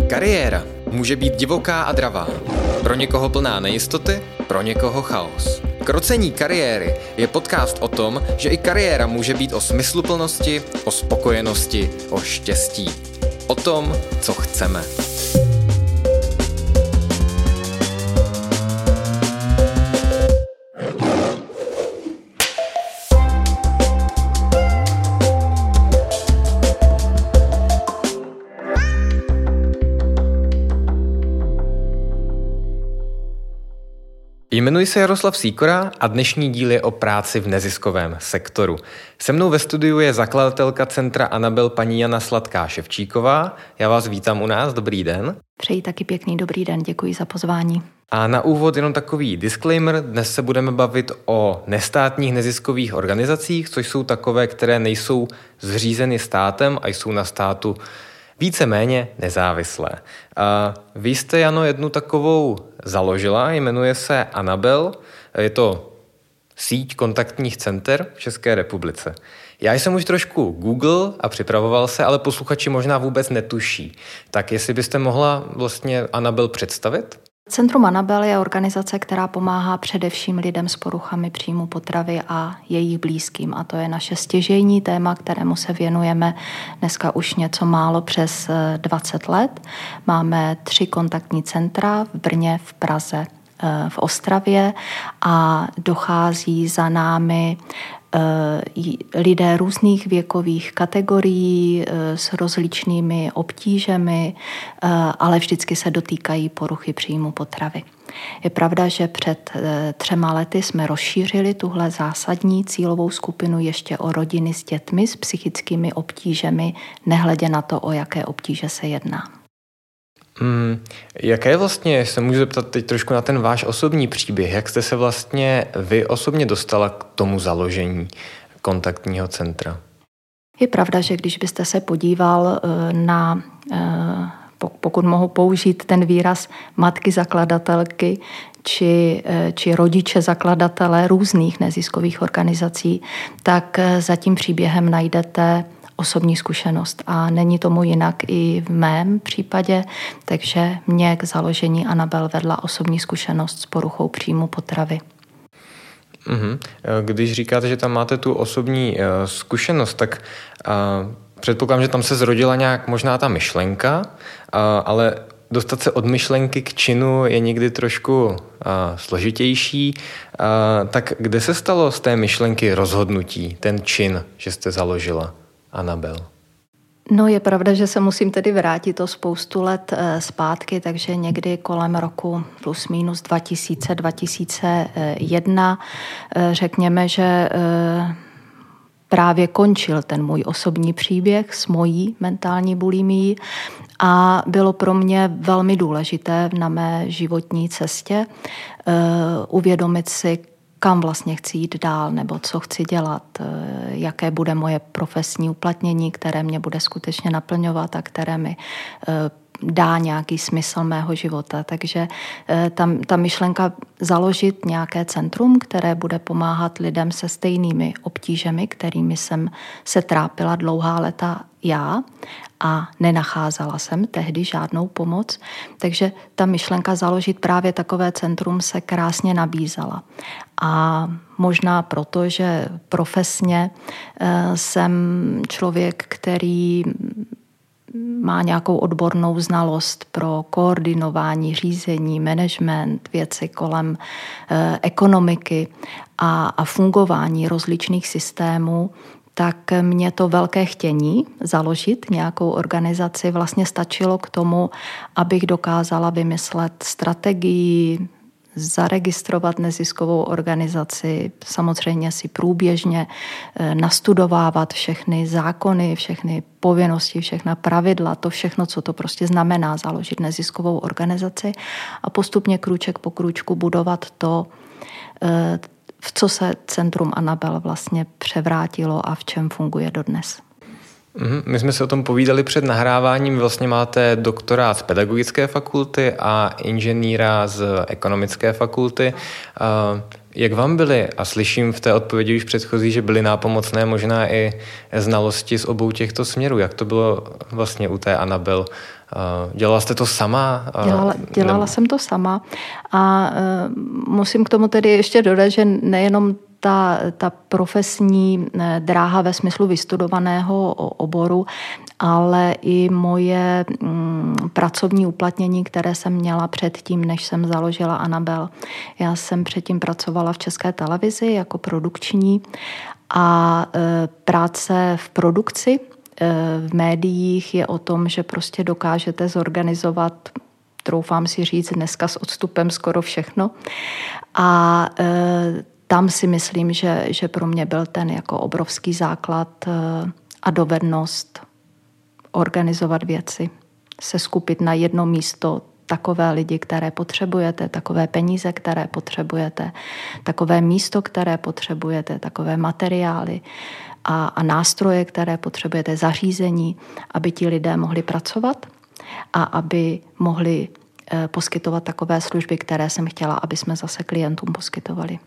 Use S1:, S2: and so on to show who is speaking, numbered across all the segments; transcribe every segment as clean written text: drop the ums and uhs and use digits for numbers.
S1: Kariéra může být divoká a dravá. Pro někoho plná nejistoty, pro někoho chaos. Krocení kariéry je podcast o tom, že i kariéra může být o smysluplnosti, o spokojenosti, o štěstí. O tom, co chceme. Jmenuji se Jaroslav Sýkora a dnešní díl je o práci v neziskovém sektoru. Se mnou ve studiu je zakladatelka centra Anabel paní Jana Sladká-Ševčíková. Já vás vítám u nás, dobrý den.
S2: Přeji taky pěkný dobrý den, děkuji za pozvání.
S1: A na úvod jenom takový disclaimer, dnes se budeme bavit o nestátních neziskových organizacích, což jsou takové, které nejsou zřízeny státem a jsou na státu víceméně nezávislé. A vy jste, Jano, jednu takovou založila, jmenuje se Anabel, je to síť kontaktních center v České republice. Já jsem už trošku Google a připravoval se, ale posluchači možná vůbec netuší. Tak jestli byste mohla vlastně Anabel představit?
S2: Centrum Anabel je organizace, která pomáhá především lidem s poruchami příjmu potravy a jejich blízkým. A to je naše stěžejní téma, kterému se věnujeme dneska už něco málo přes 20 let. Máme 3 kontaktní centra v Brně, v Praze, v Ostravě a dochází za námi lidé různých věkových kategorií s rozličnými obtížemi, ale vždycky se dotýkají poruchy příjmu potravy. Je pravda, že před 3 lety jsme rozšířili tuhle zásadní cílovou skupinu ještě o rodiny s dětmi s psychickými obtížemi, nehledě na to, o jaké obtíže se jedná.
S1: Jaké vlastně, se můžu zeptat teď trošku na ten váš osobní příběh, jak jste se vlastně vy osobně dostala k tomu založení kontaktního centra?
S2: Je pravda, že když byste se podíval na, pokud mohu použít ten výraz, matky zakladatelky či rodiče zakladatele různých neziskových organizací, tak za tím příběhem najdete osobní zkušenost. A není tomu jinak i v mém případě, takže mě k založení Anabel vedla osobní zkušenost s poruchou příjmu potravy.
S1: Když říkáte, že tam máte tu osobní zkušenost, tak předpokládám, že tam se zrodila nějak možná ta myšlenka, ale dostat se od myšlenky k činu je někdy trošku složitější. Tak kde se stalo z té myšlenky rozhodnutí, ten čin, že jste založila Anabel?
S2: No, je pravda, že se musím tedy vrátit o spoustu let zpátky, takže někdy kolem roku plus minus 2000-2001 řekněme, že právě končil ten můj osobní příběh s mojí mentální bulimií a bylo pro mě velmi důležité na mé životní cestě uvědomit si, kam vlastně chci jít dál, nebo co chci dělat, jaké bude moje profesní uplatnění, které mě bude skutečně naplňovat a které mi dá nějaký smysl mého života. Takže ta myšlenka založit nějaké centrum, které bude pomáhat lidem se stejnými obtížemi, kterými jsem se trápila dlouhá léta já a nenacházela jsem tehdy žádnou pomoc. Takže ta myšlenka založit právě takové centrum se krásně nabízela. A možná proto, že profesně jsem člověk, který má nějakou odbornou znalost pro koordinování, řízení, management, věci kolem ekonomiky a fungování rozličných systémů, tak mě to velké chtění založit nějakou organizaci vlastně stačilo k tomu, abych dokázala vymyslet strategii, zaregistrovat neziskovou organizaci, samozřejmě si průběžně nastudovávat všechny zákony, všechny povinnosti, všechna pravidla, to všechno, co to prostě znamená založit neziskovou organizaci a postupně krůček po krůčku budovat to, v co se Centrum Anabel vlastně převrátilo a v čem funguje dodnes.
S1: My jsme se o tom povídali před nahráváním. Vlastně máte doktorát z pedagogické fakulty a inženýra z ekonomické fakulty. Jak vám byly, a slyším v té odpovědi už předchozí, že byly nápomocné možná i znalosti z obou těchto směrů. Jak to bylo vlastně u té Anabel? Dělala jste to sama?
S2: Dělala jsem to sama a musím k tomu tedy ještě dodat, že nejenom ta profesní dráha ve smyslu vystudovaného oboru, ale i moje pracovní uplatnění, které jsem měla předtím, než jsem založila Anabel. Já jsem předtím pracovala v České televizi jako produkční a práce v produkci v médiích je o tom, že prostě dokážete zorganizovat, troufám si říct, dneska s odstupem skoro všechno. A tam si myslím, že pro mě byl ten jako obrovský základ a dovednost organizovat věci, se skupit na jedno místo, takové lidi, které potřebujete, takové peníze, které potřebujete, takové místo, které potřebujete, takové materiály a nástroje, které potřebujete, zařízení, aby ti lidé mohli pracovat a aby mohli poskytovat takové služby, které jsem chtěla, aby jsme zase klientům poskytovali.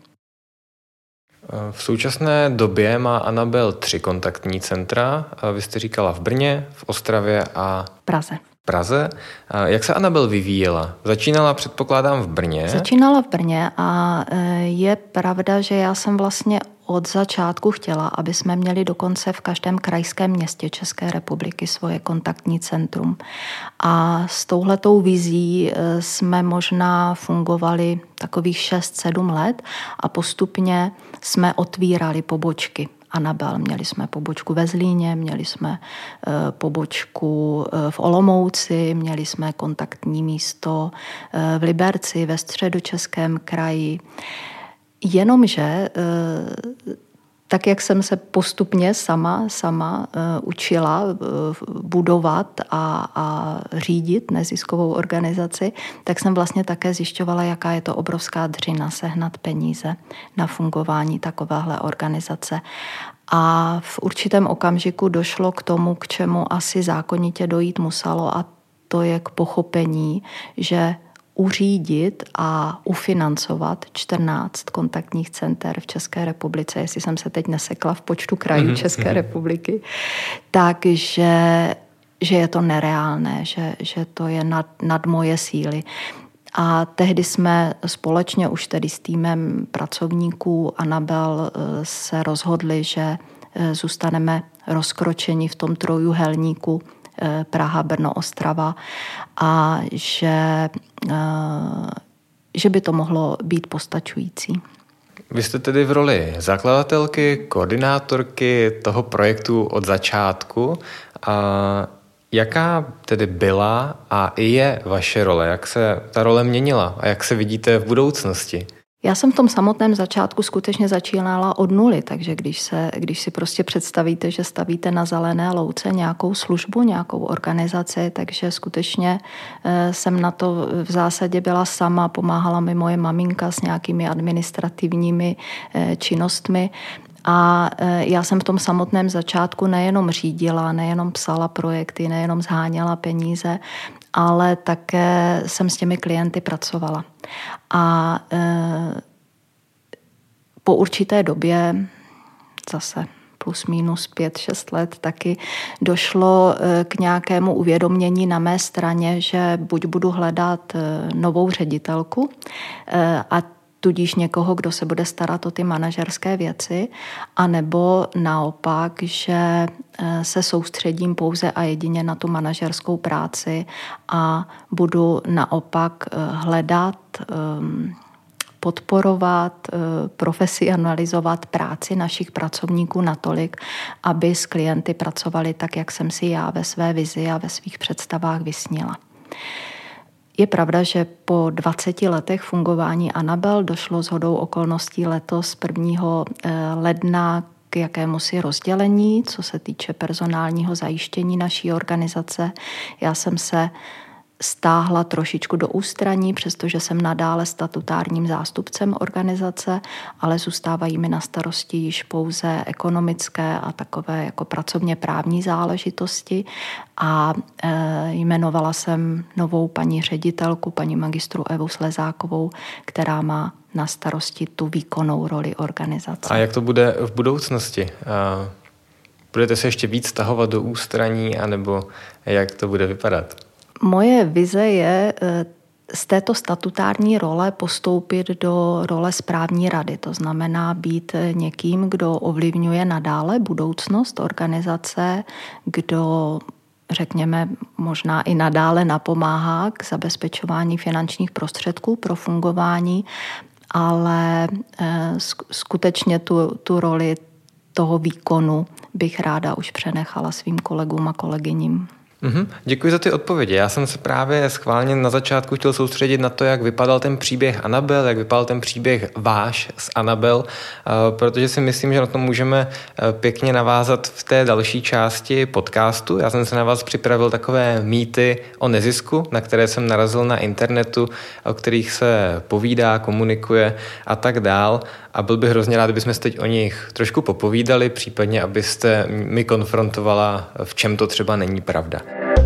S1: V současné době má Anabel 3 kontaktní centra. Vy jste říkala v Brně, v Ostravě a Praze. Jak se Anabel vyvíjela? Začínala, předpokládám, v Brně.
S2: Začínala v Brně a je pravda, že já jsem vlastně od začátku chtěla, aby jsme měli dokonce v každém krajském městě České republiky svoje kontaktní centrum. A s touhletou vizí jsme možná fungovali takových 6-7 let a postupně jsme otvírali pobočky Anabel. Měli jsme pobočku ve Zlíně, měli jsme pobočku v Olomouci, měli jsme kontaktní místo v Liberci, ve Středočeském kraji. Jenomže tak, jak jsem se postupně sama učila budovat a řídit neziskovou organizaci, tak jsem vlastně také zjišťovala, jaká je to obrovská dřina sehnat peníze na fungování takovéhle organizace. A v určitém okamžiku došlo k tomu, k čemu asi zákonitě dojít muselo, a to je k pochopení, že uřídit a ufinancovat 14 kontaktních center v České republice, jestli jsem se teď nesekla v počtu krajů České republiky, takže je to nereálné, že to je nad moje síly. A tehdy jsme společně už tedy s týmem pracovníků Anabel se rozhodli, že zůstaneme rozkročeni v tom trojúhelníku Praha, Brno, Ostrava a že by to mohlo být postačující.
S1: Vy jste tedy v roli zakladatelky, koordinátorky toho projektu od začátku. A jaká tedy byla a i je vaše role? Jak se ta role měnila a jak se vidíte v budoucnosti?
S2: Já jsem v tom samotném začátku skutečně začínala od nuly, takže když si prostě představíte, že stavíte na zelené louce nějakou službu, nějakou organizaci, takže skutečně jsem na to v zásadě byla sama, pomáhala mi moje maminka s nějakými administrativními činnostmi. A já jsem v tom samotném začátku nejenom řídila, nejenom psala projekty, nejenom zháněla peníze, ale také jsem s těmi klienty pracovala. A po určité době, zase plus minus 5-6 let, taky došlo k nějakému uvědomění na mé straně, že buď budu hledat novou ředitelku a tudíž někoho, kdo se bude starat o ty manažerské věci, anebo naopak, že se soustředím pouze a jedině na tu manažerskou práci a budu naopak hledat, podporovat, profesionalizovat práci našich pracovníků natolik, aby s klienty pracovali tak, jak jsem si já ve své vizi a ve svých představách vysnila. Je pravda, že po 20 letech fungování Anabel došlo shodou okolností letos 1. ledna k jakémusi rozdělení, co se týče personálního zajištění naší organizace. Já jsem se stáhla trošičku do ústraní, přestože jsem nadále statutárním zástupcem organizace, ale zůstávají mi na starosti již pouze ekonomické a takové jako pracovně právní záležitosti a jmenovala jsem novou paní ředitelku, paní magistru Evu Slezákovou, která má na starosti tu výkonnou roli organizace.
S1: A jak to bude v budoucnosti? Budete se ještě víc stahovat do ústraní, anebo jak to bude vypadat?
S2: Moje vize je z této statutární role postoupit do role správní rady. To znamená být někým, kdo ovlivňuje nadále budoucnost organizace, kdo, řekněme, možná i nadále napomáhá k zabezpečování finančních prostředků pro fungování, ale skutečně tu roli toho výkonu bych ráda už přenechala svým kolegům a kolegyním.
S1: Děkuji za ty odpovědi. Já jsem se právě schválně na začátku chtěl soustředit na to, jak vypadal ten příběh Anabel, jak vypadal ten příběh váš s Anabel, protože si myslím, že na tom můžeme pěkně navázat v té další části podcastu. Já jsem se na vás připravil takové mýty o nezisku, na které jsem narazil na internetu, o kterých se povídá, komunikuje a tak dál. A byl bych hrozně rád, kdybychom se teď o nich trošku popovídali, případně abyste mi konfrontovala, v čem to třeba není pravda.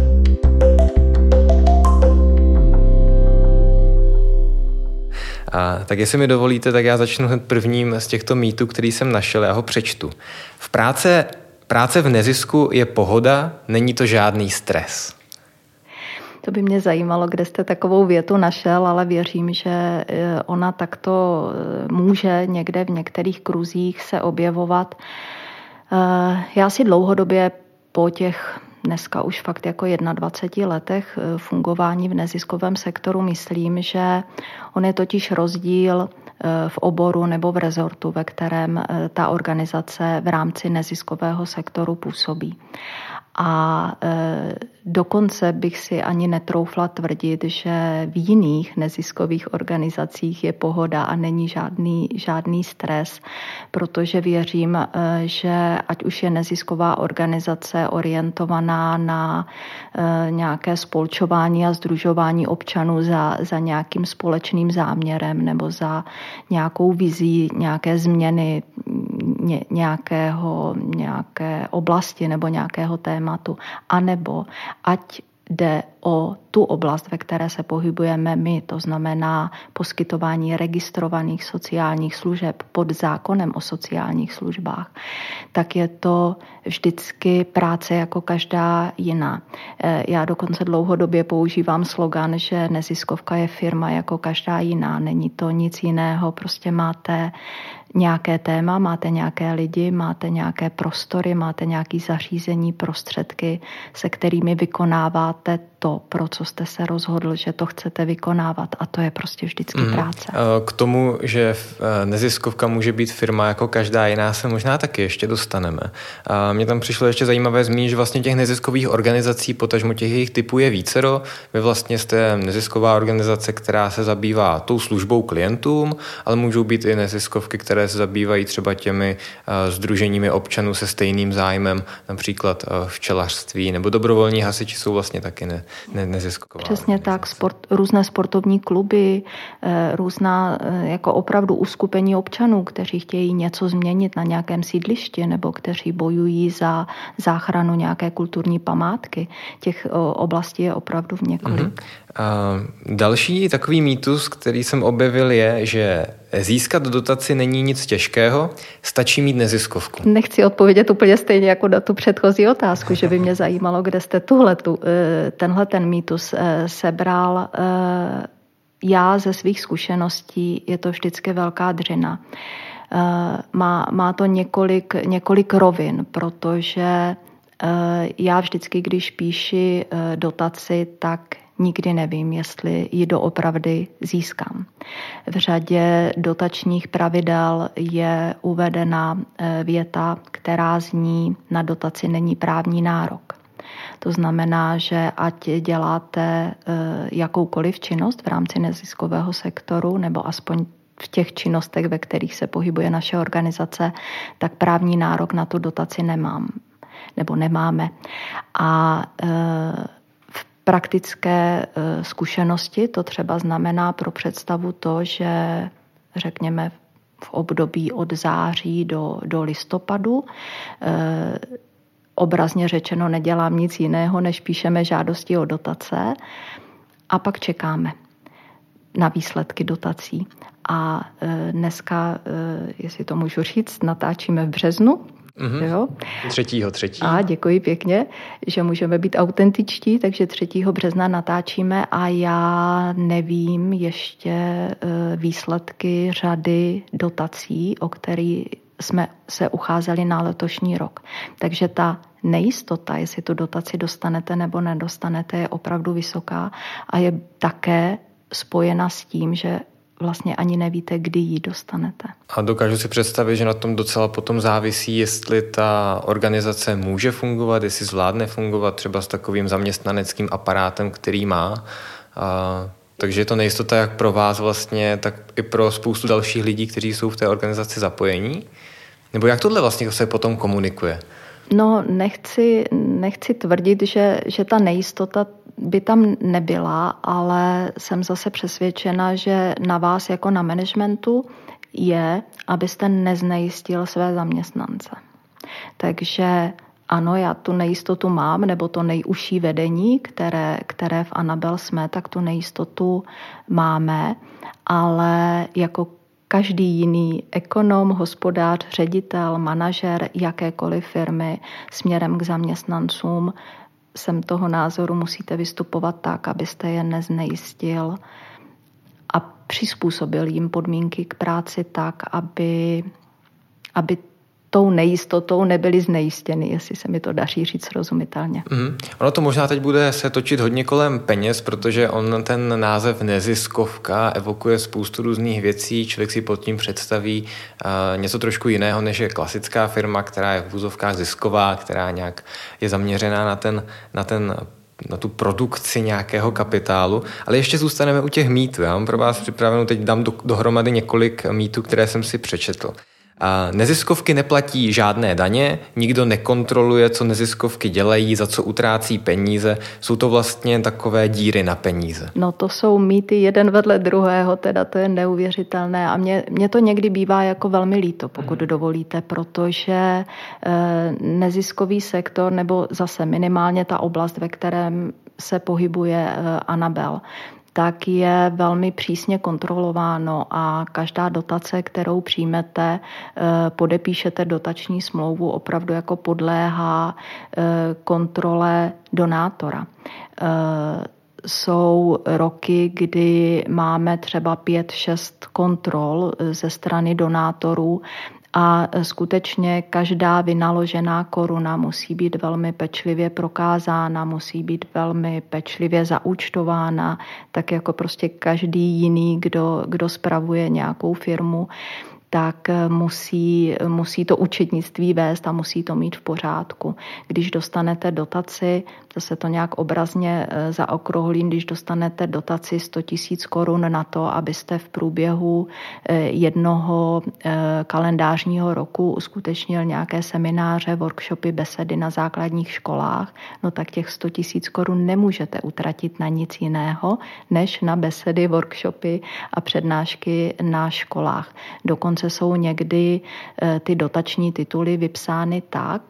S1: Tak jestli mi dovolíte, tak já začnu hned prvním z těchto mýtů, který jsem našel, já ho přečtu. Práce v nezisku je pohoda, není to žádný stres.
S2: To by mě zajímalo, kde jste takovou větu našel, ale věřím, že ona takto může někde v některých kruzích se objevovat. Já si dlouhodobě po těch dneska už fakt jako 21 letech fungování v neziskovém sektoru myslím, že on je totiž rozdíl v oboru nebo v rezortu, ve kterém ta organizace v rámci neziskového sektoru působí. A dokonce bych si ani netroufla tvrdit, že v jiných neziskových organizacích je pohoda a není žádný stres, protože věřím, že ať už je nezisková organizace orientovaná na nějaké spolčování a sdružování občanů za nějakým společným záměrem nebo za nějakou vizí, nějaké změny nějaké oblasti nebo nějakého tématu, anebo ať jde o tu oblast, ve které se pohybujeme my, to znamená poskytování registrovaných sociálních služeb pod zákonem o sociálních službách, tak je to vždycky práce jako každá jiná. Já dokonce dlouhodobě používám slogan, že neziskovka je firma jako každá jiná. Není to nic jiného, prostě máte nějaké téma, máte nějaké lidi, máte nějaké prostory, máte nějaké zařízení, prostředky, se kterými vykonáváte to, pro co jste se rozhodl, že to chcete vykonávat, a to je prostě vždycky práce.
S1: K tomu, že neziskovka může být firma jako každá jiná, se možná taky ještě dostaneme. Mně tam přišlo ještě zajímavé zmínit, že vlastně těch neziskových organizací, potažmo těch jejich typů je vícero. Vy vlastně jste nezisková organizace, která se zabývá tou službou klientům, ale můžou být i neziskovky, které se zabývají třeba těmi sdruženími občanů se stejným zájmem, například včelařství, nebo dobrovolní hasiči jsou vlastně taky nezisková.
S2: Přesně tak, různé sportovní kluby, různá jako opravdu uskupení občanů, kteří chtějí něco změnit na nějakém sídlišti nebo kteří bojují za záchranu nějaké kulturní památky. Těch oblastí je opravdu v několik.
S1: Další takový mýtus, který jsem objevil, je, že získat dotaci není nic těžkého, stačí mít neziskovku.
S2: Nechci odpovědět úplně stejně jako na tu předchozí otázku, že by mě zajímalo, kde jste tenhle mýtus sebral. Já ze svých zkušeností je to vždycky velká dřina. Má to několik rovin, protože já vždycky, když píši dotaci, tak nikdy nevím, jestli ji doopravdy získám. V řadě dotačních pravidel je uvedena věta, která zní: na dotaci není právní nárok. To znamená, že ať děláte jakoukoliv činnost v rámci neziskového sektoru, nebo aspoň v těch činnostech, ve kterých se pohybuje naše organizace, tak právní nárok na tu dotaci nemáme. A praktické zkušenosti. To třeba znamená pro představu to, že řekněme v období od září do listopadu obrazně řečeno nedělám nic jiného, než píšeme žádosti o dotace a pak čekáme na výsledky dotací. A dneska, jestli to můžu říct, natáčíme v březnu. Jo?
S1: 3.
S2: A děkuji pěkně, že můžeme být autentičtí, takže 3. března natáčíme a já nevím ještě výsledky řady dotací, o které jsme se ucházeli na letošní rok. Takže ta nejistota, jestli tu dotaci dostanete nebo nedostanete, je opravdu vysoká a je také spojena s tím, že vlastně ani nevíte, kdy ji dostanete.
S1: A dokážu si představit, že na tom docela potom závisí, jestli ta organizace může fungovat, jestli zvládne fungovat třeba s takovým zaměstnaneckým aparátem, který má. Takže je to nejistota jak pro vás vlastně, tak i pro spoustu dalších lidí, kteří jsou v té organizaci zapojení. Nebo jak tohle vlastně se potom komunikuje?
S2: No, nechci tvrdit, že ta nejistota by tam nebyla, ale jsem zase přesvědčena, že na vás jako na managementu je, abyste neznejistil své zaměstnance. Takže ano, já tu nejistotu mám, nebo to nejužší vedení, které v Anabel jsme, tak tu nejistotu máme, ale jako každý jiný ekonom, hospodář, ředitel, manažer jakékoliv firmy směrem k zaměstnancům jsem toho názoru, musíte vystupovat tak, abyste je neznejistil a přizpůsobil jim podmínky k práci tak, aby tou nejistotou nebyli znejistěni, jestli se mi to daří říct srozumitelně.
S1: Ono to možná teď bude se točit hodně kolem peněz, protože on ten název neziskovka evokuje spoustu různých věcí, člověk si pod tím představí něco trošku jiného, než je klasická firma, která je v vůzovkách zisková, která nějak je zaměřená na tu produkci nějakého kapitálu. Ale ještě zůstaneme u těch mýtů. Já mám pro vás připravenou, teď dám dohromady několik mýtů, které jsem si přečetl. Neziskovky neplatí žádné daně, nikdo nekontroluje, co neziskovky dělají, za co utrácí peníze. Jsou to vlastně takové díry na peníze.
S2: No to jsou mýty jeden vedle druhého, teda to je neuvěřitelné a mě to někdy bývá jako velmi líto, pokud dovolíte, protože neziskový sektor, nebo zase minimálně ta oblast, ve kterém se pohybuje Anabel, tak je velmi přísně kontrolováno a každá dotace, kterou přijmete, podepíšete dotační smlouvu, opravdu jako podléhá kontrole donátora. Jsou roky, kdy máme třeba 5-6 kontrol ze strany donátorů a skutečně každá vynaložená koruna musí být velmi pečlivě prokázána, musí být velmi pečlivě zaúčtována, tak jako prostě každý jiný, kdo spravuje nějakou firmu, tak musí to účetnictví vést a musí to mít v pořádku. Když dostanete dotaci, zase to nějak obrazně zaokrouhlím, když dostanete dotaci 100 000 korun na to, abyste v průběhu jednoho kalendářního roku uskutečnil nějaké semináře, workshopy, besedy na základních školách, no tak těch 100 000 korun nemůžete utratit na nic jiného, než na besedy, workshopy a přednášky na školách. Dokonce jsou někdy ty dotační tituly vypsány tak,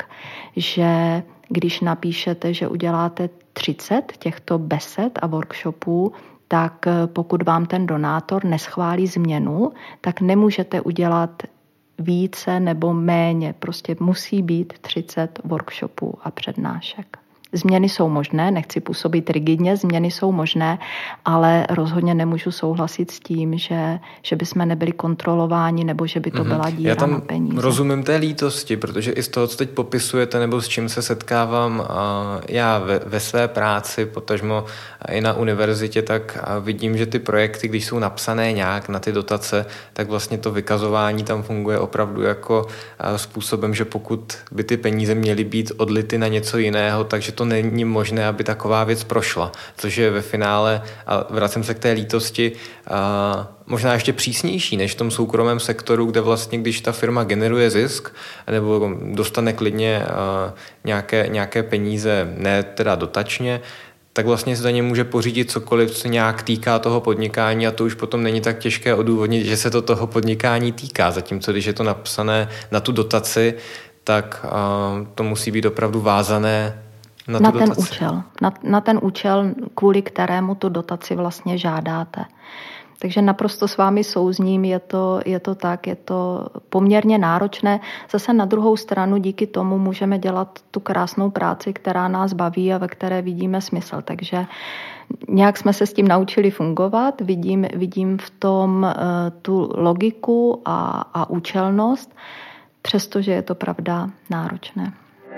S2: že když napíšete, že uděláte 30 těchto besed a workshopů, tak pokud vám ten donátor neschválí změnu, tak nemůžete udělat více nebo méně. Prostě musí být 30 workshopů a přednášek. Změny jsou možné, nechci působit rigidně, změny jsou možné, ale rozhodně nemůžu souhlasit s tím, že bychom nebyli kontrolováni nebo že by to byla díra na peníze.
S1: Já tam rozumím té lítosti, protože i z toho, co teď popisujete nebo s čím se setkávám já ve své práci, potažmo i na univerzitě, tak vidím, že ty projekty, když jsou napsané nějak na ty dotace, tak vlastně to vykazování tam funguje opravdu jako způsobem, že pokud by ty peníze měly být odlity na něco jiného, takže to není možné, aby taková věc prošla, což je ve finále, a vracím se k té lítosti, možná ještě přísnější než v tom soukromém sektoru, kde vlastně, když ta firma generuje zisk nebo dostane klidně nějaké peníze, ne teda dotačně, tak vlastně se za ně může pořídit cokoliv, co se nějak týká toho podnikání a to už potom není tak těžké odůvodnit, že se to toho podnikání týká. Zatímco když je to napsané na tu dotaci, tak to musí být opravdu vázané na
S2: ten účel. Na ten účel, kvůli kterému tu dotaci vlastně žádáte. Takže naprosto s vámi souzním, je to tak, je to poměrně náročné. Zase na druhou stranu díky tomu můžeme dělat tu krásnou práci, která nás baví a ve které vidíme smysl. Takže nějak jsme se s tím naučili fungovat, vidím v tom tu logiku a účelnost, přestože je to pravda náročné.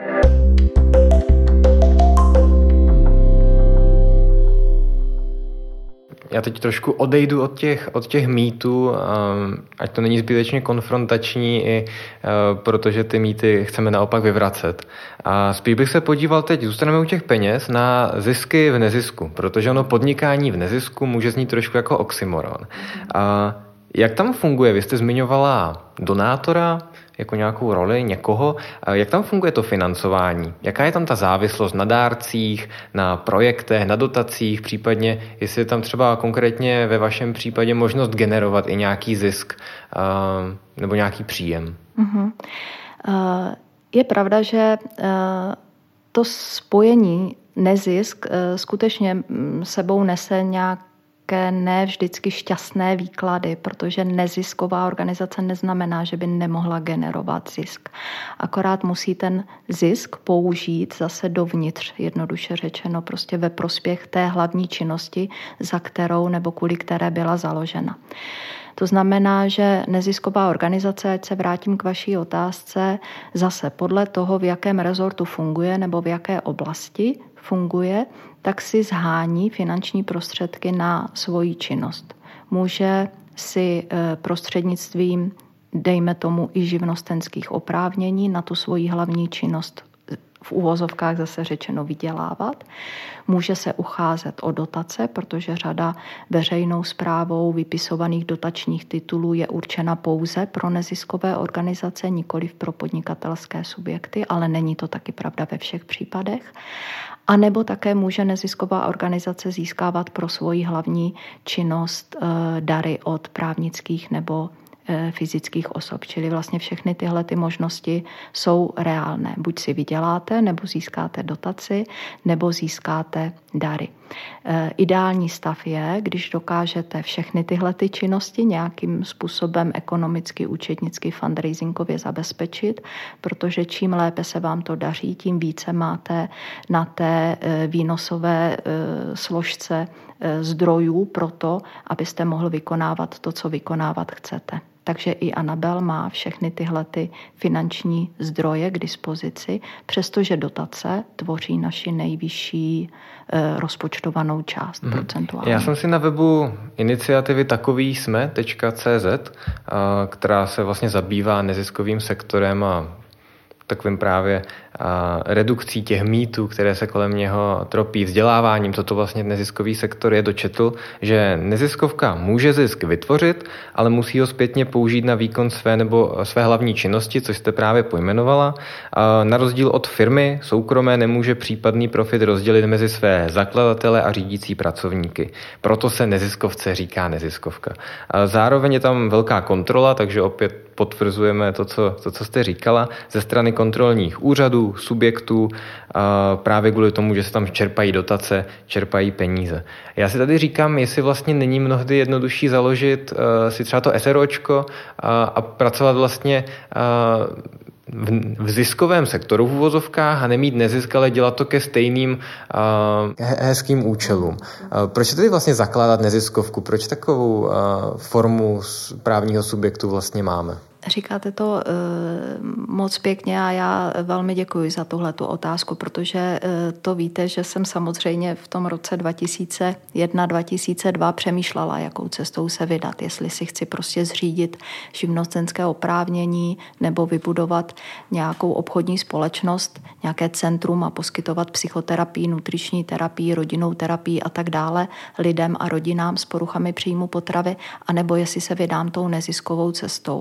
S1: Já teď trošku odejdu od těch mýtů, ať to není zbytečně konfrontační, protože ty mýty chceme naopak vyvracet. A spíš bych se podíval teď, zůstaneme u těch peněz, na zisky v nezisku, protože ono podnikání v nezisku může znít trošku jako oxymoron. Jak tam funguje? Vy jste zmiňovala donátora, jako nějakou roli někoho. Jak tam funguje to financování? Jaká je tam ta závislost na dárcích, na projektech, na dotacích, případně jestli je tam třeba konkrétně ve vašem případě možnost generovat i nějaký zisk nebo nějaký příjem?
S2: Je pravda, že to spojení nezisk skutečně sebou nese nějaké ne vždycky šťastné výklady, protože nezisková organizace neznamená, že by nemohla generovat zisk. Akorát musí ten zisk použít zase dovnitř, jednoduše řečeno, prostě ve prospěch té hlavní činnosti, za kterou nebo kvůli které byla založena. To znamená, že nezisková organizace, ať se vrátím k vaší otázce, zase podle toho, v jakém rezortu funguje nebo v jaké oblasti funguje, tak si shání finanční prostředky na svoji činnost. Může si prostřednictvím, dejme tomu, i živnostenských oprávnění na tu svoji hlavní činnost v uvozovkách zase řečeno vydělávat. Může se ucházet o dotace, protože řada veřejnou správou vypisovaných dotačních titulů je určena pouze pro neziskové organizace, nikoliv pro podnikatelské subjekty, ale není to taky pravda ve všech případech. A nebo také může nezisková organizace získávat pro svoji hlavní činnost dary od právnických nebo fyzických osob. Čili vlastně všechny tyhle ty možnosti jsou reálné. Buď si vyděláte, nebo získáte dotaci, nebo získáte dary. Ideální stav je, když dokážete všechny tyhle ty činnosti nějakým způsobem ekonomicky, účetnicky, fundraisingově zabezpečit, protože čím lépe se vám to daří, tím více máte na té výnosové složce zdrojů pro to, abyste mohl vykonávat to, co vykonávat chcete. Takže i Anabel má všechny tyhle ty finanční zdroje k dispozici, přestože dotace tvoří naši nejvyšší rozpočtovanou část procentuálně.
S1: Já jsem si na webu iniciativy takovýsme.cz, která se vlastně zabývá neziskovým sektorem a takovým právě redukcí těch mýtů, které se kolem něho tropí, vzděláváním, co to vlastně neziskový sektor je, dočetl, že neziskovka může zisk vytvořit, ale musí ho zpětně použít na výkon své hlavní činnosti, což jste právě pojmenovala. Na rozdíl od firmy soukromé nemůže případný profit rozdělit mezi své zakladatele a řídící pracovníky. Proto se neziskovce říká neziskovka. Zároveň je tam velká kontrola, takže opět potvrzujeme to, co jste říkala, ze strany kontrolních úřadů, subjektů, právě kvůli tomu, že se tam čerpají dotace, čerpají peníze. Já si tady říkám, jestli vlastně není mnohdy jednodušší založit si třeba to SROčko a pracovat vlastně v ziskovém sektoru v uvozovkách a nemít nezisk, ale dělat to ke stejným hezkým účelům. Proč tedy vlastně zakládat neziskovku? Proč takovou formu právního subjektu vlastně máme?
S2: Říkáte to moc pěkně a já velmi děkuji za tuhletu otázku, protože to víte, že jsem samozřejmě v tom roce 2001-2002 přemýšlela, jakou cestou se vydat, jestli si chci prostě zřídit živnostenské oprávnění nebo vybudovat nějakou obchodní společnost, nějaké centrum a poskytovat psychoterapii, nutriční terapii, rodinnou terapii a tak dále lidem a rodinám s poruchami příjmu potravy, anebo jestli se vydám tou neziskovou cestou. A nakonec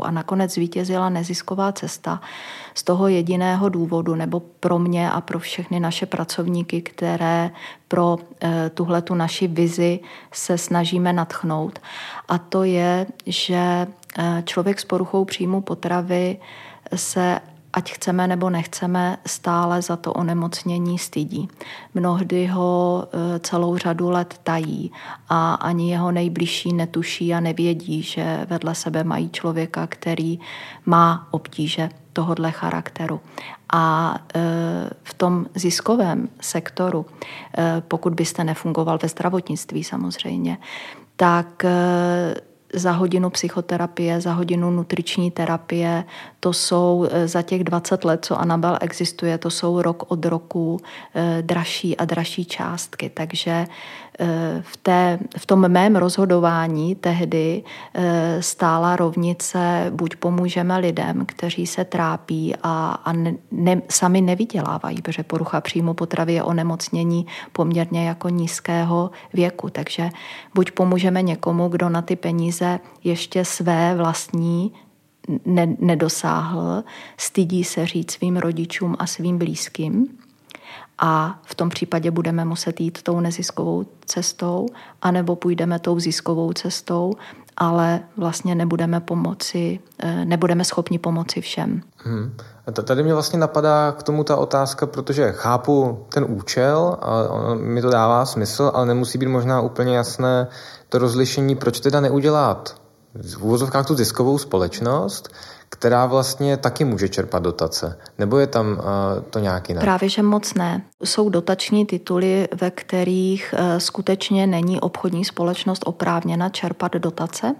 S2: nakonec zvítězila nezisková cesta z toho jediného důvodu, nebo pro mě a pro všechny naše pracovníky, které pro tuhletu naši vizi se snažíme nadchnout. A to je, že člověk s poruchou příjmu potravy se, ať chceme nebo nechceme, stále za to onemocnění stydí. Mnohdy ho celou řadu let tají a ani jeho nejbližší netuší a nevědí, že vedle sebe mají člověka, který má obtíže tohodle charakteru. A v tom ziskovém sektoru, pokud byste nefungoval ve zdravotnictví samozřejmě, tak za hodinu psychoterapie, za hodinu nutriční terapie, to jsou za těch 20 let, co Anabel existuje, to jsou rok od roku dražší a dražší částky. Takže v tom mém rozhodování tehdy stála rovnice, buď pomůžeme lidem, kteří se trápí a sami nevydělávají, protože porucha příjmu potravy je onemocnění poměrně jako nízkého věku. Takže buď pomůžeme někomu, kdo na ty peníze ještě své vlastní nedosáhl, stydí se říct svým rodičům a svým blízkým, a v tom případě budeme muset jít tou neziskovou cestou, anebo půjdeme tou ziskovou cestou, ale vlastně nebudeme schopni pomoci všem.
S1: A tady mě vlastně napadá k tomu ta otázka, protože chápu ten účel a mi to dává smysl, ale nemusí být možná úplně jasné to rozlišení, proč teda neudělat v úvozovkách tu ziskovou společnost, která vlastně taky může čerpat dotace. Nebo je tam to nějak jinak?
S2: Právě, že moc ne. Jsou dotační tituly, ve kterých skutečně není obchodní společnost oprávněna čerpat dotace.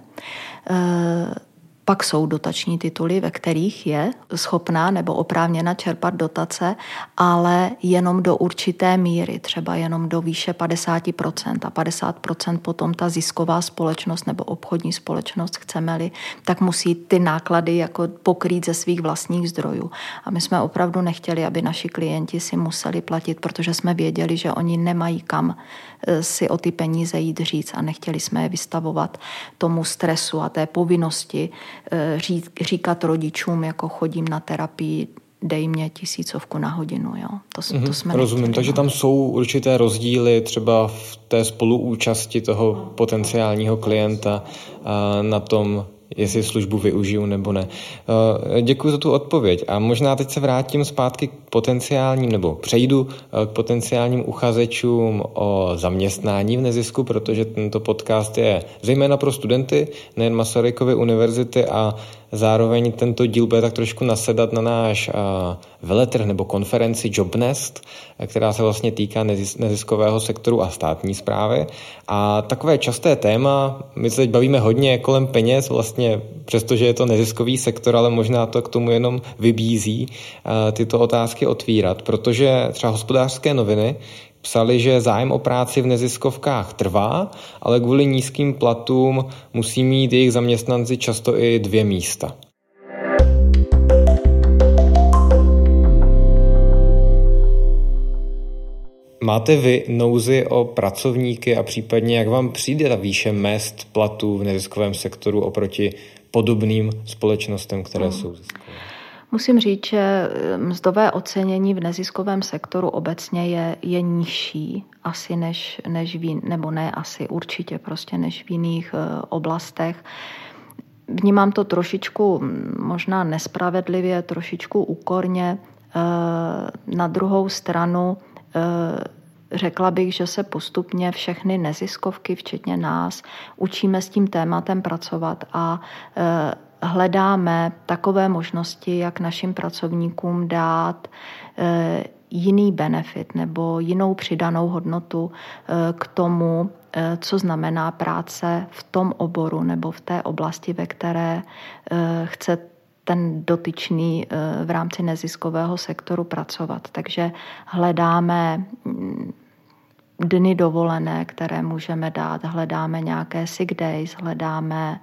S2: Pak jsou dotační tituly, ve kterých je schopná nebo oprávněna čerpat dotace, ale jenom do určité míry, třeba jenom do výše 50%. A 50% potom ta zisková společnost nebo obchodní společnost, chceme-li, tak musí ty náklady jako pokrýt ze svých vlastních zdrojů. A my jsme opravdu nechtěli, aby naši klienti si museli platit, protože jsme věděli, že oni nemají kam si o ty peníze jít říct a nechtěli jsme je vystavovat tomu stresu a té povinnosti říkat rodičům, jako chodím na terapii, dej mě 1000 na hodinu. Jo. To jsme
S1: rozumím,
S2: nechtěli,
S1: takže tam jsou určité rozdíly třeba v té spoluúčasti toho potenciálního klienta na tom, jestli službu využiju nebo ne. Děkuji za tu odpověď a možná teď se vrátím zpátky k potenciálním, nebo přejdu k potenciálním uchazečům o zaměstnání v nezisku, protože tento podcast je zejména pro studenty nejen Masarykovy univerzity a zároveň tento díl bude tak trošku nasedat na náš veletrh nebo konferenci Jobnest, která se vlastně týká neziskového sektoru a státní správy. A takové časté téma, my se teď bavíme hodně kolem peněz, vlastně přestože je to neziskový sektor, ale možná to k tomu jenom vybízí tyto otázky otvírat, protože třeba Hospodářské noviny psali, že zájem o práci v neziskovkách trvá, ale kvůli nízkým platům musí mít jejich zaměstnanci často i 2 místa. Máte vy nouzi o pracovníky a případně jak vám přijde ta výše mezd platů v neziskovém sektoru oproti podobným společnostem, které jsou ziskové?
S2: Musím říct, že mzdové ocenění v neziskovém sektoru obecně je nižší asi než nebo ne asi určitě prostě než v jiných oblastech. Vnímám to trošičku možná nespravedlivě, trošičku úkorně. Na druhou stranu řekla bych, že se postupně všechny neziskovky, včetně nás, učíme s tím tématem pracovat a hledáme takové možnosti, jak našim pracovníkům dát jiný benefit nebo jinou přidanou hodnotu k tomu, co znamená práce v tom oboru nebo v té oblasti, ve které chce ten dotyčný v rámci neziskového sektoru pracovat. Takže hledáme dny dovolené, které můžeme dát, hledáme nějaké sick days, hledáme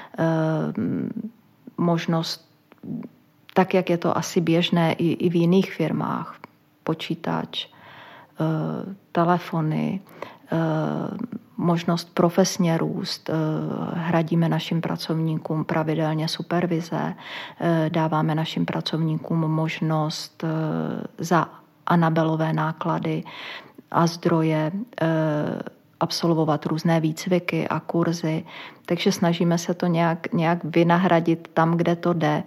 S2: možnost, tak jak je to asi běžné i v jiných firmách, počítač, telefony, možnost profesně růst, hradíme našim pracovníkům pravidelně supervize, dáváme našim pracovníkům možnost za Anabelové náklady a zdroje absolvovat různé výcviky a kurzy, takže snažíme se to nějak vynahradit tam, kde to jde,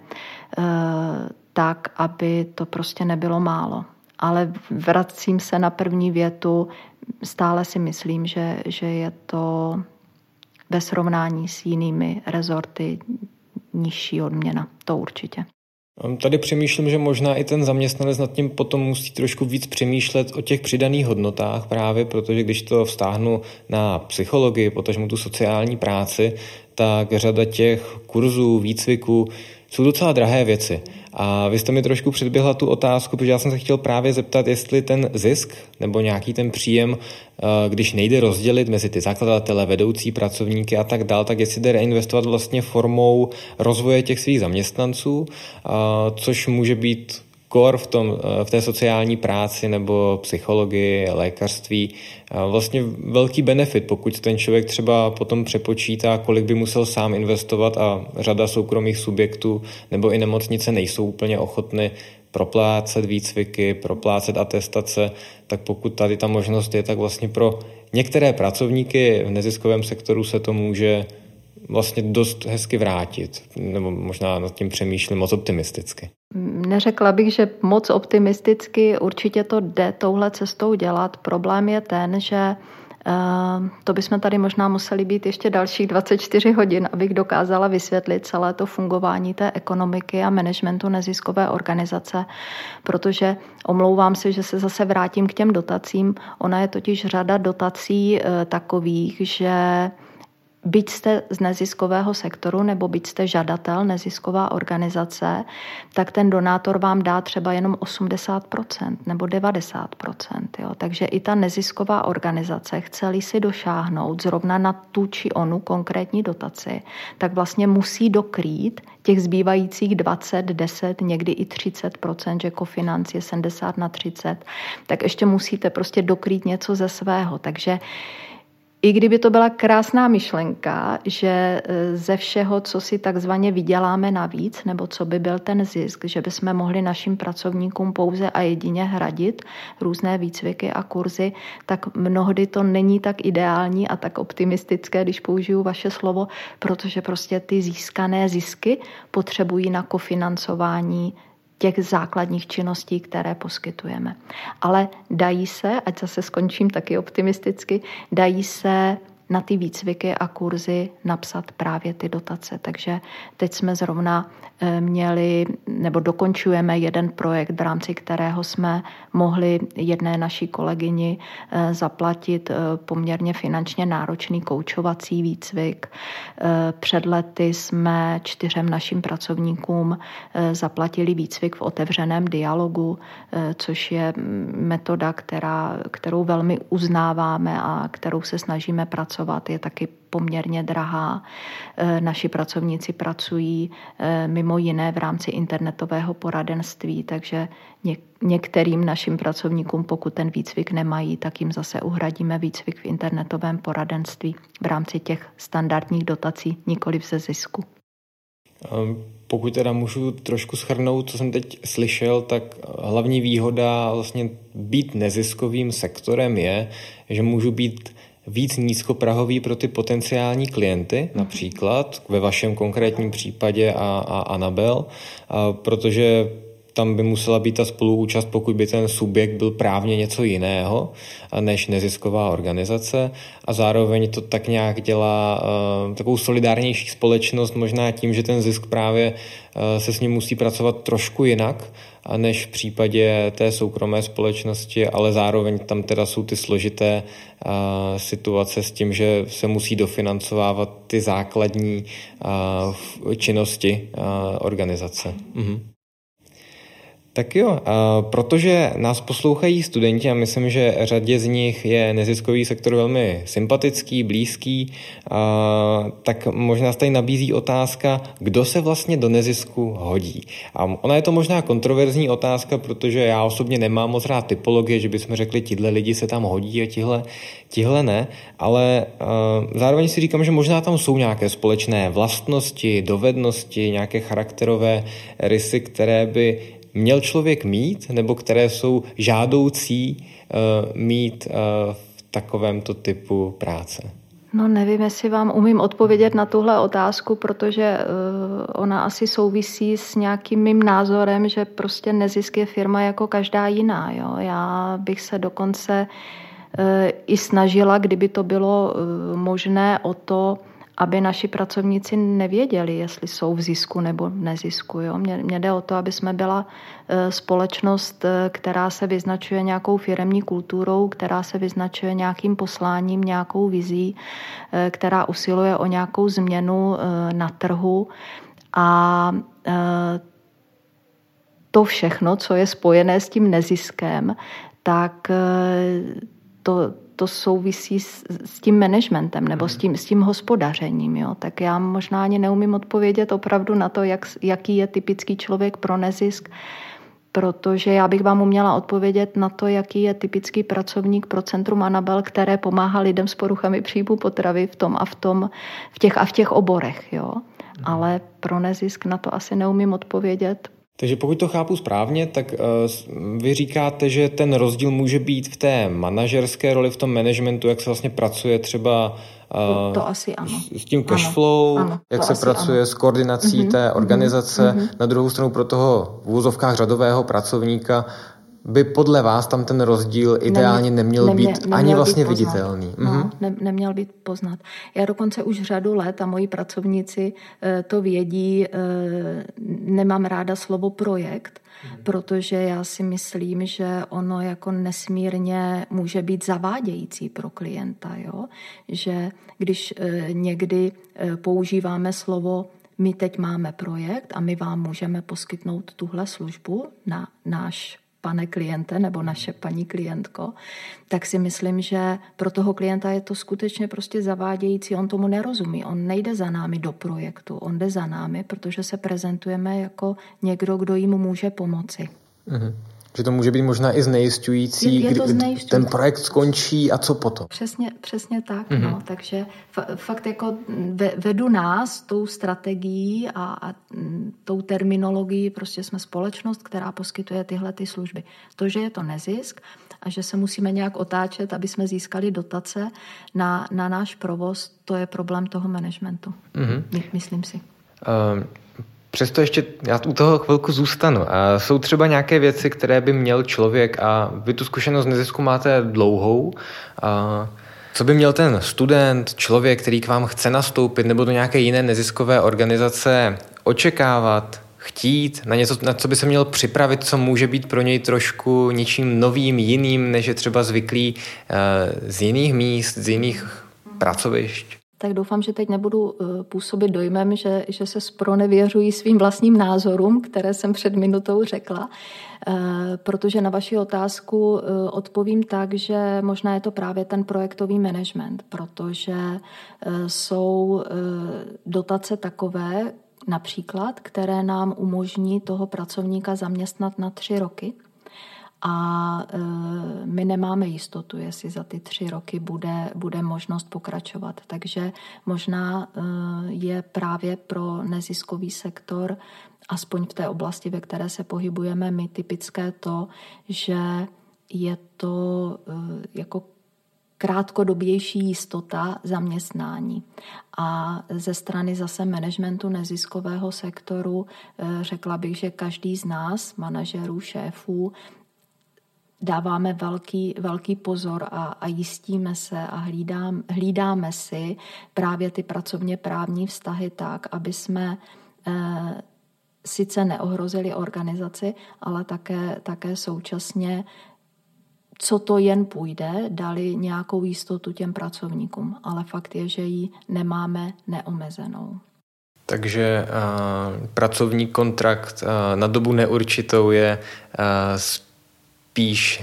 S2: tak, aby to prostě nebylo málo. Ale vracím se na první větu, stále si myslím, že je to ve srovnání s jinými rezorty nižší odměna, to určitě.
S1: Tady přemýšlím, že možná i ten zaměstnanec nad tím potom musí trošku víc přemýšlet o těch přidaných hodnotách právě, protože když to vztáhnu na psychologii, potažmo tu sociální práci, tak řada těch kurzů, výcviků jsou docela drahé věci. A vy jste mi trošku předběhla tu otázku, protože já jsem se chtěl právě zeptat, jestli ten zisk nebo nějaký ten příjem, když nejde rozdělit mezi ty zakladatele, vedoucí pracovníky a tak dál, tak jestli jde reinvestovat vlastně formou rozvoje těch svých zaměstnanců, což může být kor v té sociální práci nebo psychologii, lékařství. Vlastně velký benefit, pokud ten člověk třeba potom přepočítá, kolik by musel sám investovat a řada soukromých subjektů nebo i nemocnice nejsou úplně ochotny proplácet výcviky, proplácet atestace, tak pokud tady ta možnost je, tak vlastně pro některé pracovníky v neziskovém sektoru se to může vlastně dost hezky vrátit, nebo možná nad tím přemýšlím moc optimisticky.
S2: Neřekla bych, že moc optimisticky, určitě to jde touhle cestou dělat. Problém je ten, že to bychom tady možná museli být ještě dalších 24 hodin, abych dokázala vysvětlit celé to fungování té ekonomiky a managementu neziskové organizace, protože omlouvám se, že se zase vrátím k těm dotacím. Ona je totiž řada dotací takových, že byť jste z neziskového sektoru nebo byť jste žadatel, nezisková organizace, tak ten donátor vám dá třeba jenom 80% nebo 90%. Jo. Takže i ta nezisková organizace, chce-li si došáhnout zrovna na tu či onu konkrétní dotaci, tak vlastně musí dokrýt těch zbývajících 20, 10, někdy i 30%, že kofinanc je 70/30, tak ještě musíte prostě dokrýt něco ze svého. Takže i kdyby to byla krásná myšlenka, že ze všeho, co si takzvaně vyděláme navíc, nebo co by byl ten zisk, že bychom mohli našim pracovníkům pouze a jedině hradit různé výcviky a kurzy, tak mnohdy to není tak ideální a tak optimistické, když použiju vaše slovo, protože prostě ty získané zisky potřebují na kofinancování těch základních činností, které poskytujeme. Ale dají se, ať zase skončím taky optimisticky, dají se na ty výcviky a kurzy napsat právě ty dotace. Takže teď jsme zrovna měli, nebo dokončujeme jeden projekt, v rámci kterého jsme mohli jedné naší kolegyni zaplatit poměrně finančně náročný koučovací výcvik. Před lety jsme 4 našim pracovníkům zaplatili výcvik v otevřeném dialogu, což je metoda, kterou velmi uznáváme a kterou se snažíme pracovat. Je taky poměrně drahá. Naši pracovníci pracují mimo jiné v rámci internetového poradenství, takže některým našim pracovníkům, pokud ten výcvik nemají, tak jim zase uhradíme výcvik v internetovém poradenství v rámci těch standardních dotací, nikoliv ze zisku.
S1: Pokud teda můžu trošku shrnout, co jsem teď slyšel, tak hlavní výhoda vlastně být neziskovým sektorem je, že můžu být víc nízkoprahový pro ty potenciální klienty, například ve vašem konkrétním případě a Anabel, protože tam by musela být ta spoluúčast, pokud by ten subjekt byl právně něco jiného než nezisková organizace a zároveň to tak nějak dělá takovou solidárnější společnost, možná tím, že ten zisk právě se s ním musí pracovat trošku jinak, než v případě té soukromé společnosti, ale zároveň tam teda jsou ty složité situace s tím, že se musí dofinancovávat ty základní činnosti organizace. Mhm. Tak jo, protože nás poslouchají studenti a myslím, že řadě z nich je neziskový sektor velmi sympatický, blízký, tak možná se tady nabízí otázka, kdo se vlastně do nezisku hodí. A ona je to možná kontroverzní otázka, protože já osobně nemám moc rád typologie, že bychom řekli, tihle lidi se tam hodí a tihle ne, ale zároveň si říkám, že možná tam jsou nějaké společné vlastnosti, dovednosti, nějaké charakterové rysy, které by měl člověk mít, nebo které jsou žádoucí mít v takovémto typu práce?
S2: No nevím, jestli vám umím odpovědět na tuhle otázku, protože ona asi souvisí s nějakým mým názorem, že prostě nezisk je firma jako každá jiná. Jo? Já bych se dokonce i snažila, kdyby to bylo možné, o to, aby naši pracovníci nevěděli, jestli jsou v zisku nebo nezisku. Jo? Mně jde o to, aby jsme byla společnost, která se vyznačuje nějakou firemní kulturou, která se vyznačuje nějakým posláním, nějakou vizí, která usiluje o nějakou změnu na trhu. A to všechno, co je spojené s tím neziskem, tak to souvisí s tím managementem nebo s tím hospodařením. Jo. Tak já možná ani neumím odpovědět opravdu na to, jaký je typický člověk pro nezisk, protože já bych vám uměla odpovědět na to, jaký je typický pracovník pro Centrum Anabel, které pomáhá lidem s poruchami příjmu potravy v těch oborech. Jo. Ale pro nezisk na to asi neumím odpovědět.
S1: Takže pokud to chápu správně, tak vy říkáte, že ten rozdíl může být v té manažerské roli, v tom managementu, jak se vlastně pracuje třeba
S2: to asi ano.
S1: S tím cashflow, jak se pracuje s koordinací té organizace. Na druhou stranu pro toho v úvozovkách řadového pracovníka by podle vás tam ten rozdíl ideálně neměl být ani vlastně viditelný.
S2: No, neměl být poznat. Já dokonce už řadu let a moji pracovníci to vědí, nemám ráda slovo projekt, protože já si myslím, že ono jako nesmírně může být zavádějící pro klienta. Jo? Že když někdy používáme slovo my teď máme projekt a my vám můžeme poskytnout tuhle službu na náš pane kliente nebo naše paní klientko, tak si myslím, že pro toho klienta je to skutečně prostě zavádějící. On tomu nerozumí. On nejde za námi do projektu. On jde za námi, protože se prezentujeme jako někdo, kdo jim může pomoci.
S1: Mhm. Že to může být možná i znejisťující, kdy ten projekt skončí a co potom.
S2: Přesně tak. No. Takže fakt jako vedu nás tou strategií a tou terminologií, prostě jsme společnost, která poskytuje tyhle ty služby. To, že je to nezisk a že se musíme nějak otáčet, aby jsme získali dotace na náš provoz, to je problém toho managementu. Myslím si.
S1: Přesto ještě já u toho chvilku zůstanu. A jsou třeba nějaké věci, které by měl člověk, a vy tu zkušenost nezisku máte dlouhou, co by měl ten student, člověk, který k vám chce nastoupit, nebo do nějaké jiné neziskové organizace očekávat, chtít, na něco, na co by se měl připravit, co může být pro něj trošku něčím novým, jiným, než je třeba zvyklý z jiných míst, z jiných pracovišť?
S2: Tak doufám, že teď nebudu působit dojmem, že se zpronevěřují svým vlastním názorům, které jsem před minutou řekla, protože na vaši otázku odpovím tak, že možná je to právě ten projektový management, protože jsou dotace takové, například, které nám umožní toho pracovníka zaměstnat na 3 roky. A my nemáme jistotu, jestli za ty 3 roky bude možnost pokračovat. Takže možná je právě pro neziskový sektor, aspoň v té oblasti, ve které se pohybujeme my, typické to, že je to jako krátkodobější jistota zaměstnání. A ze strany zase managementu neziskového sektoru řekla bych, že každý z nás, manažerů, šéfů, dáváme velký pozor a jistíme se a hlídáme si právě ty pracovně právní vztahy tak, aby jsme sice neohrozili organizaci, ale také současně, co to jen půjde, dali nějakou jistotu těm pracovníkům. Ale fakt je, že ji nemáme neomezenou.
S1: Takže pracovní kontrakt na dobu neurčitou je spíš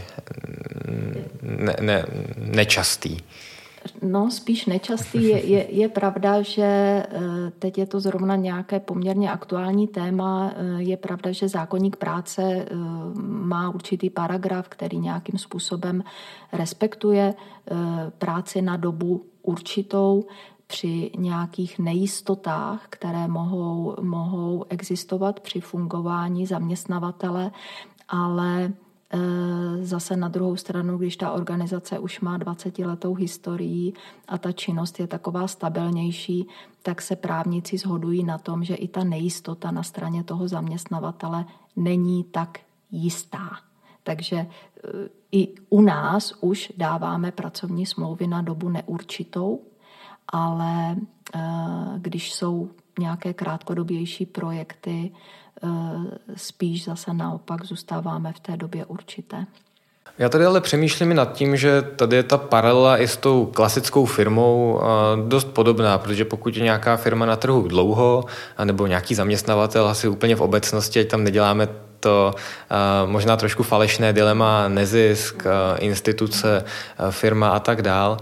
S1: nečastý.
S2: No, spíš nečastý. Je pravda, že teď je to zrovna nějaké poměrně aktuální téma. Je pravda, že zákoník práce má určitý paragraf, který nějakým způsobem respektuje práci na dobu určitou při nějakých nejistotách, které mohou existovat při fungování zaměstnavatele, ale zase na druhou stranu, když ta organizace už má 20letou historii a ta činnost je taková stabilnější, tak se právníci shodují na tom, že i ta nejistota na straně toho zaměstnavatele není tak jistá. Takže i u nás už dáváme pracovní smlouvy na dobu neurčitou, ale když jsou nějaké krátkodobější projekty, spíš zase naopak zůstáváme v té době určité.
S1: Já tady ale přemýšlím nad tím, že tady je ta paralela i s tou klasickou firmou dost podobná, protože pokud je nějaká firma na trhu dlouho, nebo nějaký zaměstnavatel asi úplně v obecnosti, ať tam neděláme to možná trošku falešné dilema nezisk, instituce, firma a tak dál,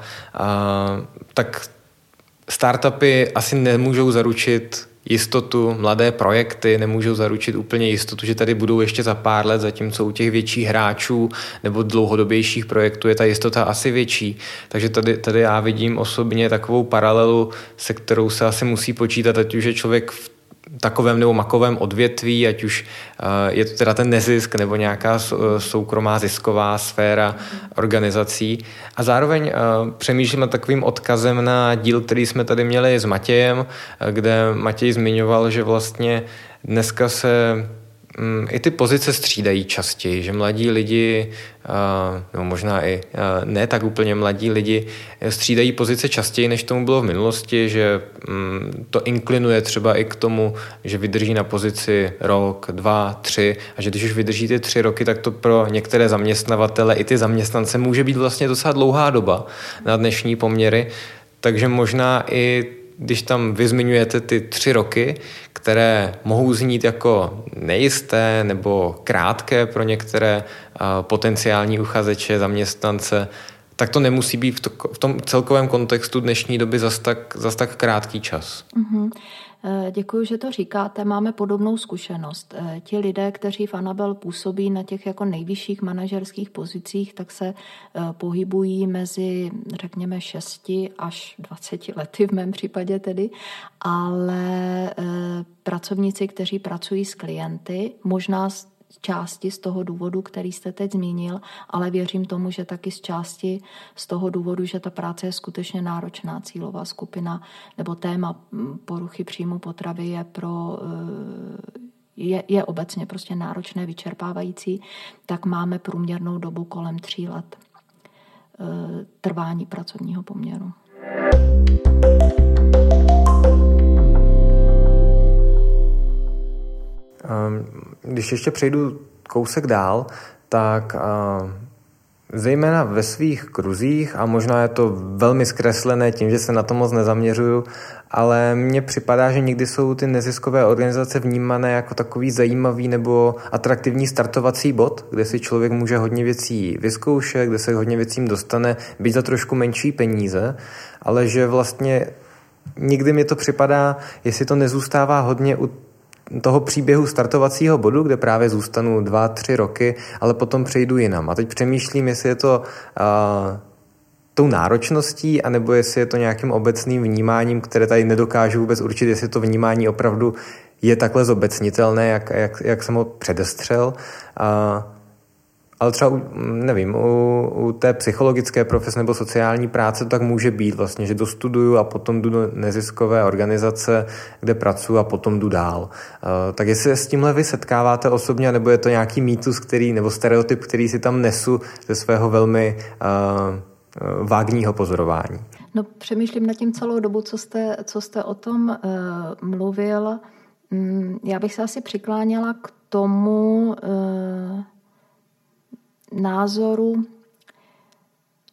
S1: tak startupy asi nemůžou zaručit jistotu, mladé projekty nemůžou zaručit úplně jistotu, že tady budou ještě za pár let, zatímco u těch větších hráčů nebo dlouhodobějších projektů je ta jistota asi větší. Takže tady já vidím osobně takovou paralelu, se kterou se asi musí počítat, ať už je člověk v takovém nebo makovém odvětví, ať už je to teda ten nezisk nebo nějaká soukromá zisková sféra organizací. A zároveň přemýšlím nad takovým odkazem na díl, který jsme tady měli s Matějem, kde Matěj zmiňoval, že vlastně dneska se i ty pozice střídají častěji, že mladí lidi, nebo možná i ne tak úplně mladí lidi, střídají pozice častěji, než tomu bylo v minulosti, že to inklinuje třeba i k tomu, že vydrží na pozici rok, 2, 3 a že když už vydrží ty 3 roky, tak to pro některé zaměstnavatele i ty zaměstnance může být vlastně docela dlouhá doba na dnešní poměry, takže možná i když tam vy zmiňujete ty 3 roky, které mohou znít jako nejisté nebo krátké pro některé potenciální uchazeče, zaměstnance, tak to nemusí být v tom celkovém kontextu dnešní doby zas tak krátký čas.
S2: Mm-hmm. Děkuji, že to říkáte. Máme podobnou zkušenost. Ti lidé, kteří v Anabel působí na těch jako nejvyšších manažerských pozicích, tak se pohybují mezi, řekněme, 6 až 20 lety v mém případě tedy, ale pracovníci, kteří pracují s klienty, možná části z toho důvodu, který jste teď zmínil, ale věřím tomu, že taky z části z toho důvodu, že ta práce je skutečně náročná. Cílová skupina nebo téma poruchy příjmu potravy je obecně prostě náročné, vyčerpávající, tak máme průměrnou dobu kolem 3 let trvání pracovního poměru.
S1: Když ještě přejdu kousek dál, tak zejména ve svých kruzích, a možná je to velmi zkreslené tím, že se na to moc nezaměřuju, ale mně připadá, že někdy jsou ty neziskové organizace vnímané jako takový zajímavý nebo atraktivní startovací bod, kde si člověk může hodně věcí vyzkoušet, kde se hodně věcím dostane, byť za trošku menší peníze, ale že vlastně někdy mi to připadá, jestli to nezůstává hodně u toho příběhu startovacího bodu, kde právě zůstanu 2-3 roky, ale potom přejdu jinam. A teď přemýšlím, jestli je to tou náročností, anebo jestli je to nějakým obecným vnímáním, které tady nedokážu vůbec určit, jestli to vnímání opravdu je takhle zobecnitelné, jak jsem ho předestřel. Ale třeba, nevím, u té psychologické profese nebo sociální práce to tak může být vlastně, že dostuduju a potom jdu do neziskové organizace, kde pracuji a potom jdu dál. Tak jestli se s tímhle vy setkáváte osobně, nebo je to nějaký mýtus, nebo stereotyp, který si tam nesu ze svého velmi vágního pozorování?
S2: No, přemýšlím nad tím celou dobu, co jste o tom mluvil. Já bych se asi přikláněla k tomu názoru,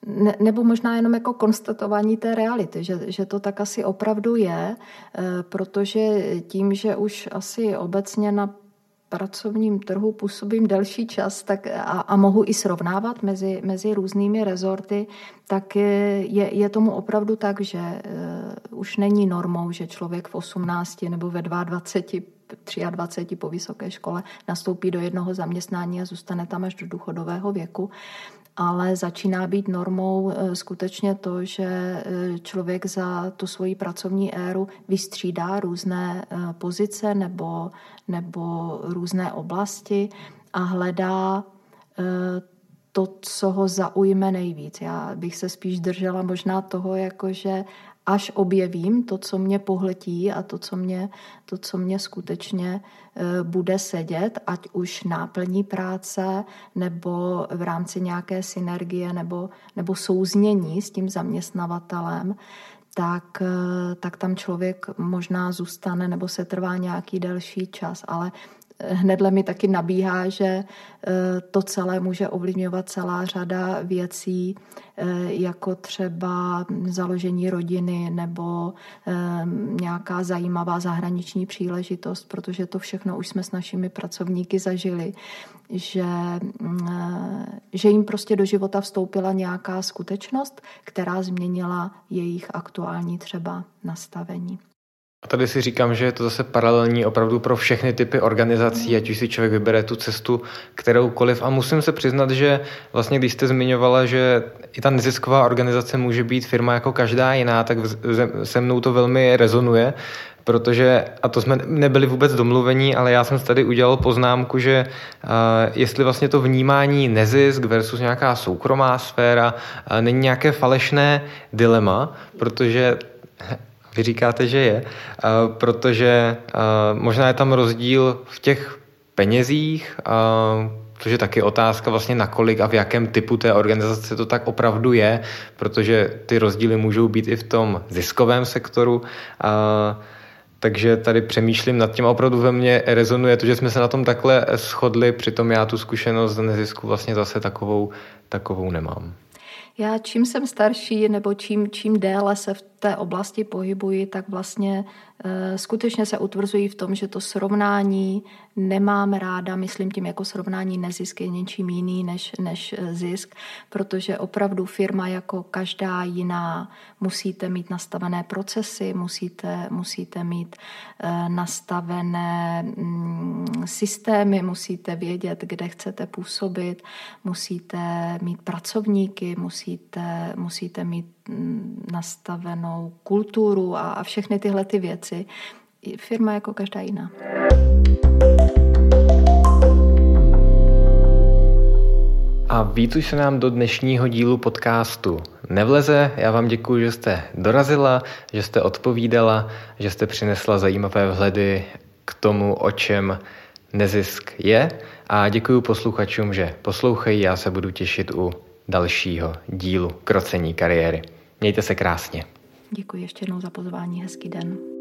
S2: nebo možná jenom jako konstatování té reality, že to tak asi opravdu je, protože tím, že už asi obecně na pracovním trhu působím delší čas tak a mohu i srovnávat mezi různými rezorty, tak je tomu opravdu tak, že už není normou, že člověk v 18 nebo ve 22, 23 po vysoké škole nastoupí do jednoho zaměstnání a zůstane tam až do důchodového věku. Ale začíná být normou skutečně to, že člověk za tu svoji pracovní éru vystřídá různé pozice nebo různé oblasti a hledá to, co ho zaujme nejvíc. Já bych se spíš držela možná toho, jakože až objevím to, co mě pohltí a to, co mě skutečně bude sedět, ať už náplní práce, nebo v rámci nějaké synergie, nebo souznění s tím zaměstnavatelem, tak tam člověk možná zůstane nebo se trvá nějaký delší čas, ale hnedle mi taky nabíhá, že to celé může ovlivňovat celá řada věcí, jako třeba založení rodiny nebo nějaká zajímavá zahraniční příležitost, protože to všechno už jsme s našimi pracovníky zažili, že jim prostě do života vstoupila nějaká skutečnost, která změnila jejich aktuální třeba nastavení.
S1: A tady si říkám, že je to zase paralelní opravdu pro všechny typy organizací, ať už si člověk vybere tu cestu kteroukoliv. A musím se přiznat, že vlastně když jste zmiňovala, že i ta nezisková organizace může být firma jako každá jiná, tak se mnou to velmi rezonuje, protože, a to jsme nebyli vůbec domluvení, ale já jsem tady udělal poznámku, že jestli vlastně to vnímání nezisk versus nějaká soukromá sféra není nějaké falešné dilema, protože vy říkáte, že je, protože možná je tam rozdíl v těch penězích, což je taky otázka vlastně nakolik a v jakém typu té organizace to tak opravdu je, protože ty rozdíly můžou být i v tom ziskovém sektoru. Takže tady přemýšlím nad tím a opravdu ve mně rezonuje to, že jsme se na tom takhle shodli, přitom já tu zkušenost z nezisku vlastně zase takovou nemám.
S2: Já čím jsem starší nebo čím déle se v té oblasti pohybuji, tak vlastně skutečně se utvrzují v tom, že to srovnání nemám ráda, myslím tím jako srovnání nezisk je něčím jiný než zisk, protože opravdu firma jako každá jiná musíte mít nastavené procesy, musíte mít nastavené systémy, musíte vědět, kde chcete působit, musíte mít pracovníky, musíte mít nastavenou kulturu a všechny tyhle ty věci. Firma jako každá jiná.
S1: A víc už se nám do dnešního dílu podcastu nevleze. Já vám děkuji, že jste dorazila, že jste odpovídala, že jste přinesla zajímavé vhledy k tomu, o čem nezisk je. A děkuji posluchačům, že poslouchají. Já se budu těšit u dalšího dílu Krocení kariéry. Mějte se krásně.
S2: Děkuji ještě jednou za pozvání. Hezký den.